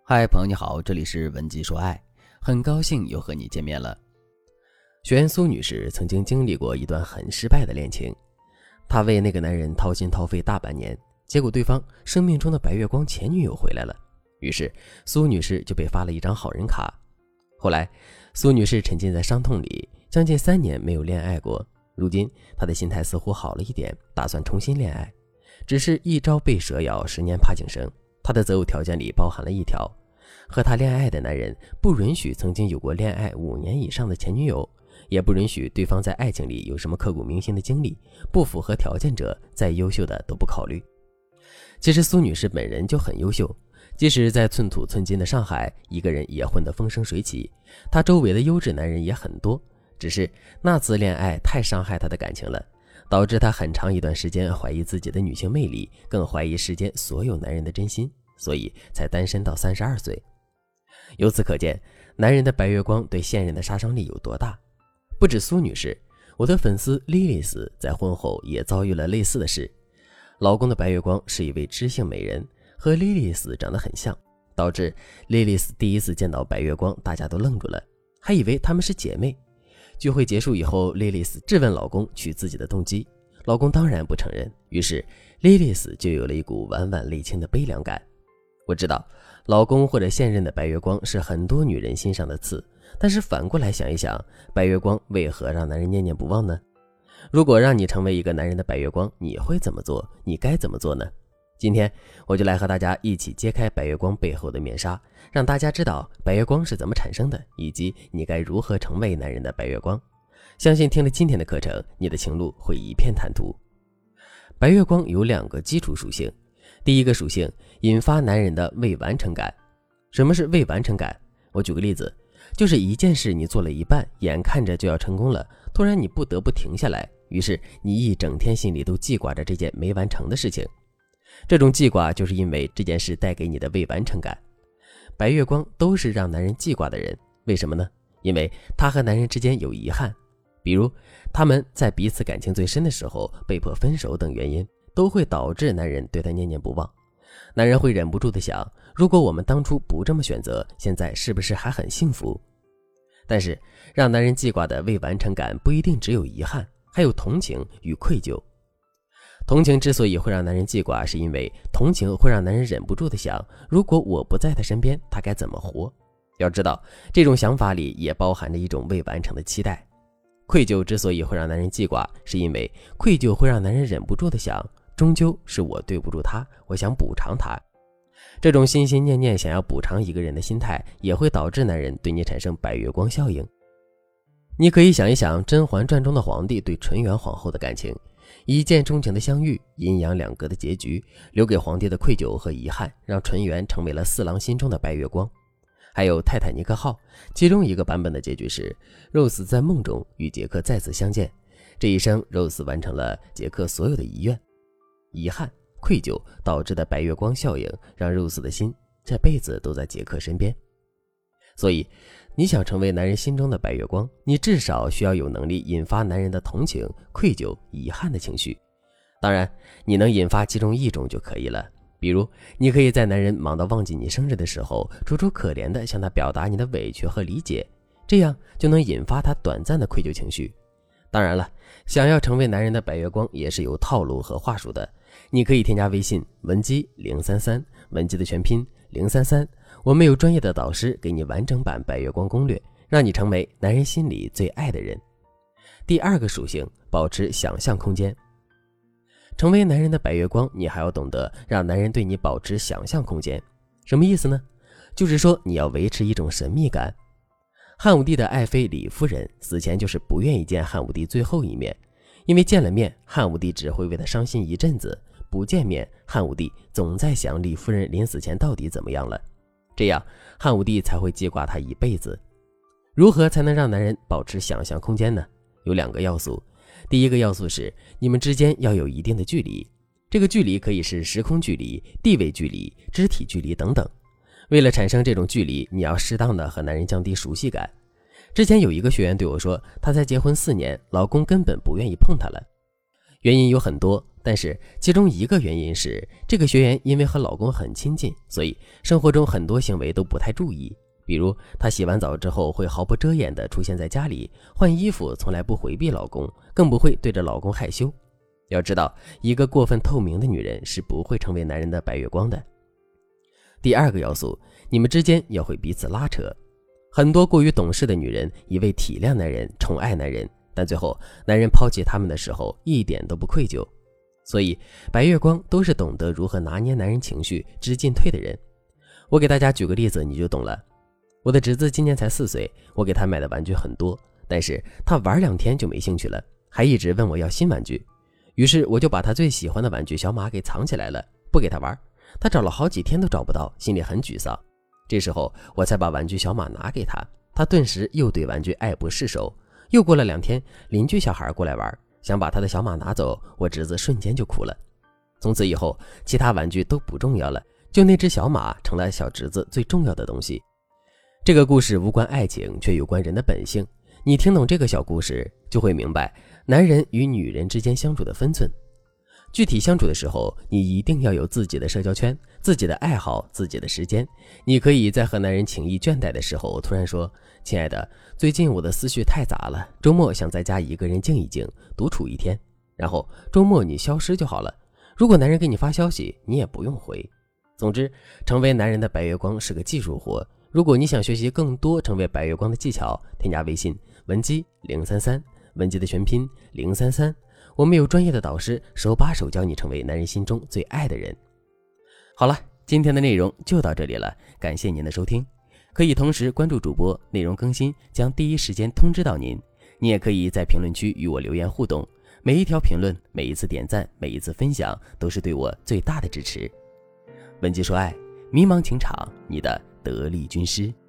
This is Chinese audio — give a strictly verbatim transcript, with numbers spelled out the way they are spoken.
嗨，朋友你好，这里是文姬说爱，很高兴又和你见面了。学员苏女士曾经经历过一段很失败的恋情，她为那个男人掏心掏肺大半年，结果对方生命中的白月光前女友回来了，于是苏女士就被发了一张好人卡。后来苏女士沉浸在伤痛里，将近三年没有恋爱过，如今她的心态似乎好了一点，打算重新恋爱。只是一朝被蛇咬，十年怕井绳，她的择偶条件里包含了一条，和她恋爱的男人不允许曾经有过恋爱五年以上的前女友，也不允许对方在爱情里有什么刻骨铭心的经历，不符合条件者再优秀的都不考虑。其实苏女士本人就很优秀，即使在寸土寸金的上海，一个人也混得风生水起，她周围的优质男人也很多，只是那次恋爱太伤害她的感情了，导致她很长一段时间怀疑自己的女性魅力，更怀疑世间所有男人的真心，所以才单身到三十二岁。由此可见，男人的白月光对现任的杀伤力有多大。不止苏女士，我的粉丝莉莉丝在婚后也遭遇了类似的事。老公的白月光是一位知性美人，和莉莉丝长得很像，导致莉莉丝第一次见到白月光，大家都愣住了，还以为她们是姐妹。聚会结束以后，莉莉丝质问老公娶自己的动机，老公当然不承认，于是莉莉丝就有了一股晚晚泪倾的悲凉感。我知道老公或者现任的白月光是很多女人心上的刺，但是反过来想一想，白月光为何让男人念念不忘呢？如果让你成为一个男人的白月光，你会怎么做？你该怎么做呢？今天我就来和大家一起揭开白月光背后的面纱，让大家知道白月光是怎么产生的，以及你该如何成为男人的白月光。相信听了今天的课程，你的情路会一片坦途。白月光有两个基础属性，第一个属性，引发男人的未完成感。什么是未完成感？我举个例子，就是一件事你做了一半，眼看着就要成功了，突然你不得不停下来，于是你一整天心里都记挂着这件没完成的事情。这种记挂就是因为这件事带给你的未完成感。白月光都是让男人记挂的人，为什么呢？因为他和男人之间有遗憾，比如他们在彼此感情最深的时候被迫分手等原因，都会导致男人对他念念不忘。男人会忍不住地想，如果我们当初不这么选择，现在是不是还很幸福？但是让男人记挂的未完成感不一定只有遗憾，还有同情与愧疚。同情之所以会让男人记挂，是因为同情会让男人忍不住地想，如果我不在他身边，他该怎么活？要知道，这种想法里也包含着一种未完成的期待。愧疚之所以会让男人记挂，是因为愧疚会让男人忍不住地想，终究是我对不住他，我想补偿他。这种心心念念想要补偿一个人的心态，也会导致男人对你产生白月光效应。你可以想一想《甄嬛传》中的皇帝对纯元皇后的感情，一见钟情的相遇，阴阳两隔的结局，留给皇帝的愧疚和遗憾，让纯元成为了四郎心中的白月光。还有泰坦尼克号，其中一个版本的结局是 Rose 在梦中与杰克再次相见，这一生 Rose 完成了杰克所有的遗愿。遗憾、愧疚导致的白月光效应，让 Rose 的心这辈子都在杰克身边。所以你想成为男人心中的白月光，你至少需要有能力引发男人的同情、愧疚、遗憾的情绪。当然你能引发其中一种就可以了，比如你可以在男人忙到忘记你生日的时候，楚楚可怜地向他表达你的委屈和理解，这样就能引发他短暂的愧疚情绪。当然了，想要成为男人的白月光也是有套路和话术的。你可以添加微信文姬零三三，文姬的全拼零三三，我们有专业的导师给你完整版白月光攻略，让你成为男人心里最爱的人。第二个属性，保持想象空间。成为男人的白月光，你还要懂得让男人对你保持想象空间。什么意思呢？就是说你要维持一种神秘感。汉武帝的爱妃李夫人死前就是不愿意见汉武帝最后一面，因为见了面，汉武帝只会为他伤心一阵子，不见面，汉武帝总在想李夫人临死前到底怎么样了，这样汉武帝才会记挂他一辈子。如何才能让男人保持想象空间呢？有两个要素。第一个要素是你们之间要有一定的距离，这个距离可以是时空距离、地位距离、肢体距离等等。为了产生这种距离，你要适当的和男人降低熟悉感。之前有一个学员对我说，她才结婚四年，老公根本不愿意碰她了。原因有很多， 但是其中一个原因是，这个学员因为和老公很亲近，所以生活中很多行为都不太注意。比如她洗完澡之后会毫不遮掩地出现在家里，换衣服从来不回避老公，更不会对着老公害羞。要知道，一个过分透明的女人是不会成为男人的白月光的。第二个要素，你们之间要会彼此拉扯。很多过于懂事的女人一味体谅男人，宠爱男人，但最后男人抛弃他们的时候一点都不愧疚。所以白月光都是懂得如何拿捏男人情绪、知进退的人。我给大家举个例子你就懂了。我的侄子今年才四岁，我给他买的玩具很多，但是他玩两天就没兴趣了，还一直问我要新玩具。于是我就把他最喜欢的玩具小马给藏起来了，不给他玩。他找了好几天都找不到，心里很沮丧。这时候我才把玩具小马拿给他，他顿时又对玩具爱不释手。又过了两天，邻居小孩过来玩，想把他的小马拿走，我侄子瞬间就哭了。从此以后，其他玩具都不重要了，就那只小马成了小侄子最重要的东西。这个故事无关爱情，却有关人的本性。你听懂这个小故事，就会明白男人与女人之间相处的分寸。具体相处的时候，你一定要有自己的社交圈，自己的爱好，自己的时间。你可以在和男人情意倦怠的时候，突然说：亲爱的，最近我的思绪太杂了，周末想在家一个人静一静，独处一天。然后周末你消失就好了。如果男人给你发消息，你也不用回。总之，成为男人的白月光是个技术活。如果你想学习更多成为白月光的技巧，添加微信文姬零三三，文姬的全拼零三三，我们有专业的导师手把手教你成为男人心中最爱的人。好了，今天的内容就到这里了，感谢您的收听。可以同时关注主播，内容更新将第一时间通知到您。你也可以在评论区与我留言互动，每一条评论，每一次点赞，每一次分享，都是对我最大的支持。文姬说爱，迷茫情场，你的得力军师。